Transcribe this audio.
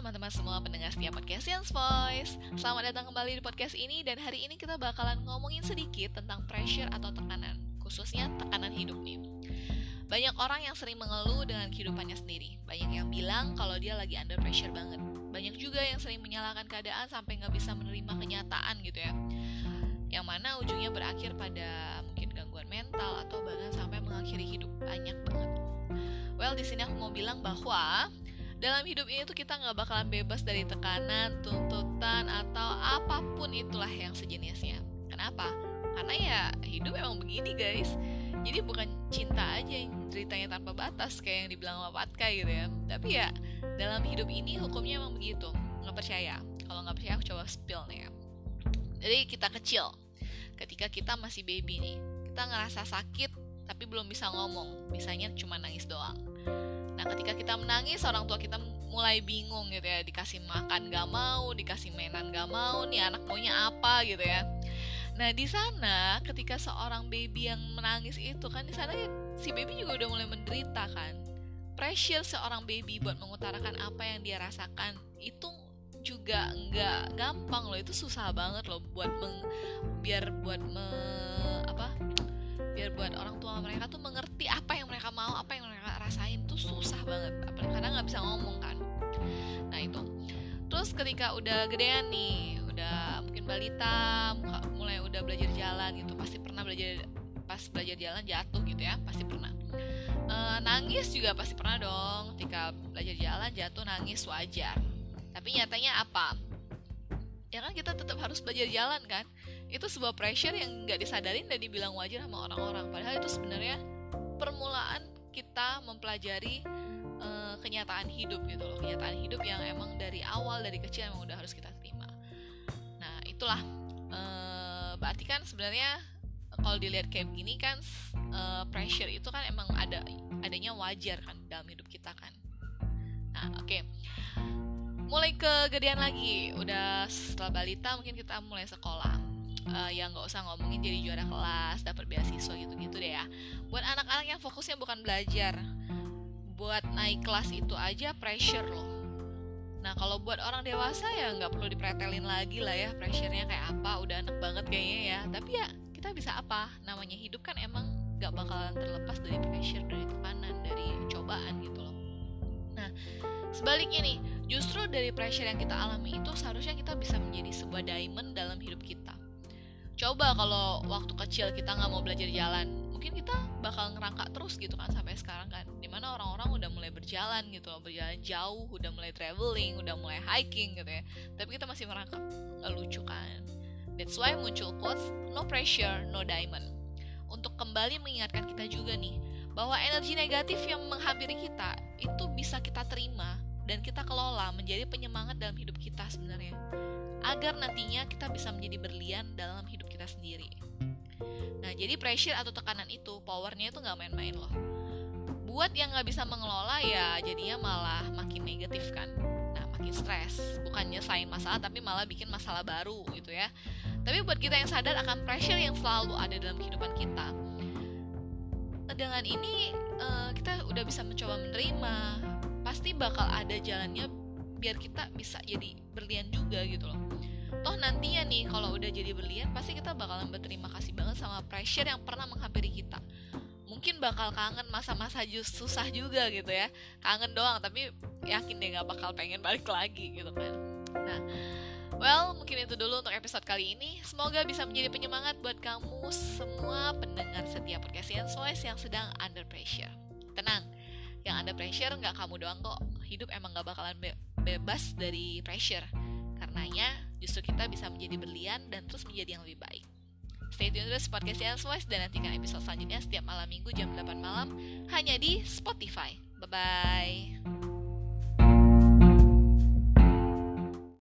teman-teman semua pendengar setiap podcast Science Voice. Selamat datang kembali di podcast ini. Dan hari ini kita bakalan ngomongin sedikit tentang pressure atau tekanan, khususnya tekanan hidup nih. Banyak orang yang sering mengeluh dengan kehidupannya sendiri. Banyak yang bilang kalau dia lagi under pressure banget. Banyak juga yang sering menyalahkan keadaan sampai gak bisa menerima kenyataan gitu ya, yang mana ujungnya berakhir pada mungkin gangguan mental atau bahkan sampai mengakhiri hidup. Banyak banget. Well, di sini aku mau bilang bahwa dalam hidup ini tuh kita gak bakalan bebas dari tekanan, tuntutan, atau apapun itulah yang sejenisnya. Kenapa? Karena ya hidup emang begini guys. Jadi bukan cinta aja yang ceritanya tanpa batas kayak yang dibilang sama Patkai gitu ya. Tapi ya dalam hidup ini hukumnya emang begitu. Gak percaya? Kalau gak percaya aku coba spill nih ya. Jadi kita kecil, ketika kita masih baby nih, kita ngerasa sakit tapi belum bisa ngomong, bisanya cuma nangis doang. Nah, ketika kita menangis, orang tua kita mulai bingung gitu ya. Dikasih makan gak mau, dikasih mainan gak mau, nih anak maunya apa gitu ya. Nah, di sana ketika seorang baby yang menangis itu kan, di sana si baby juga udah mulai menderita kan. Pressure seorang baby buat mengutarakan apa yang dia rasakan itu juga nggak gampang loh. Itu susah banget loh biar buat orang tua mereka tuh mengerti apa yang mereka mau, apa yang mereka rasain tuh susah banget, apalagi karena nggak bisa ngomong kan. Nah itu. Terus ketika udah gedean nih, udah mungkin balita, mulai udah belajar jalan gitu, pasti pernah pas belajar jalan jatuh gitu ya, pasti pernah. Nangis juga pasti pernah dong, ketika belajar jalan jatuh nangis wajar. Tapi nyatanya apa? Ya kan kita tetap harus belajar jalan kan. Itu sebuah pressure yang gak disadarin dan dibilang wajar sama orang-orang. Padahal itu sebenarnya permulaan kita mempelajari kenyataan hidup gitu loh. Kenyataan hidup yang emang dari awal, dari kecil emang udah harus kita terima. Nah itulah berarti kan sebenarnya kalau dilihat kayak begini kan, pressure itu kan emang adanya wajar kan dalam hidup kita kan. Nah oke. Mulai kegedean lagi, udah setelah balita mungkin kita mulai sekolah. Ya nggak usah ngomongin jadi juara kelas, dapat beasiswa gitu-gitu deh ya. Buat anak-anak yang fokusnya bukan belajar, buat naik kelas itu aja pressure loh. Nah kalau buat orang dewasa ya nggak perlu dipretelin lagi lah ya, pressure-nya kayak apa, udah enak banget kayaknya ya. Tapi ya kita bisa apa? Namanya hidup kan emang nggak bakalan terlepas dari pressure, dari tekanan, dari cobaan gitu loh. Nah sebaliknya nih, justru dari pressure yang kita alami itu seharusnya kita bisa menjadi sebuah diamond dalam hidup kita. Coba kalau waktu kecil kita gak mau belajar jalan, mungkin kita bakal ngerangkak terus gitu kan sampai sekarang kan. Dimana orang-orang udah mulai berjalan gitu loh, berjalan jauh, udah mulai traveling, udah mulai hiking gitu ya. Tapi kita masih merangkak, gak lucu kan. That's why muncul quotes, no pressure, no diamond. Untuk kembali mengingatkan kita juga nih, bahwa energi negatif yang menghampiri kita itu bisa kita terima dan kita kelola menjadi penyemangat dalam hidup kita sebenarnya, agar nantinya kita bisa menjadi berlian dalam hidup kita sendiri. Nah jadi pressure atau tekanan itu powernya itu gak main-main loh. Buat yang gak bisa mengelola ya jadinya malah makin negatif kan. Nah makin stres, bukan nyelesain masalah tapi malah bikin masalah baru gitu ya. Tapi buat kita yang sadar akan pressure yang selalu ada dalam kehidupan kita, dengan ini kita udah bisa mencoba menerima. Pasti bakal ada jalannya biar kita bisa jadi berlian juga gitu loh. Toh nantinya nih kalau udah jadi berlian, pasti kita bakalan berterima kasih banget sama pressure yang pernah menghampiri kita. Mungkin bakal kangen masa-masa susah juga gitu ya. Kangen doang, tapi yakin deh gak bakal pengen balik lagi gitu kan. Nah well, mungkin itu dulu untuk episode kali ini. Semoga bisa menjadi penyemangat buat kamu semua pendengar setiap podcast Science Voice yang sedang under pressure. Tenang, yang under pressure gak kamu doang kok. Hidup emang gak bakalan bebas dari pressure. Karenanya justru kita bisa menjadi berlian dan terus menjadi yang lebih baik. Stay tune terus podcast Science Voice dan nantikan episode selanjutnya setiap malam minggu jam 8 malam hanya di Spotify. Bye-bye.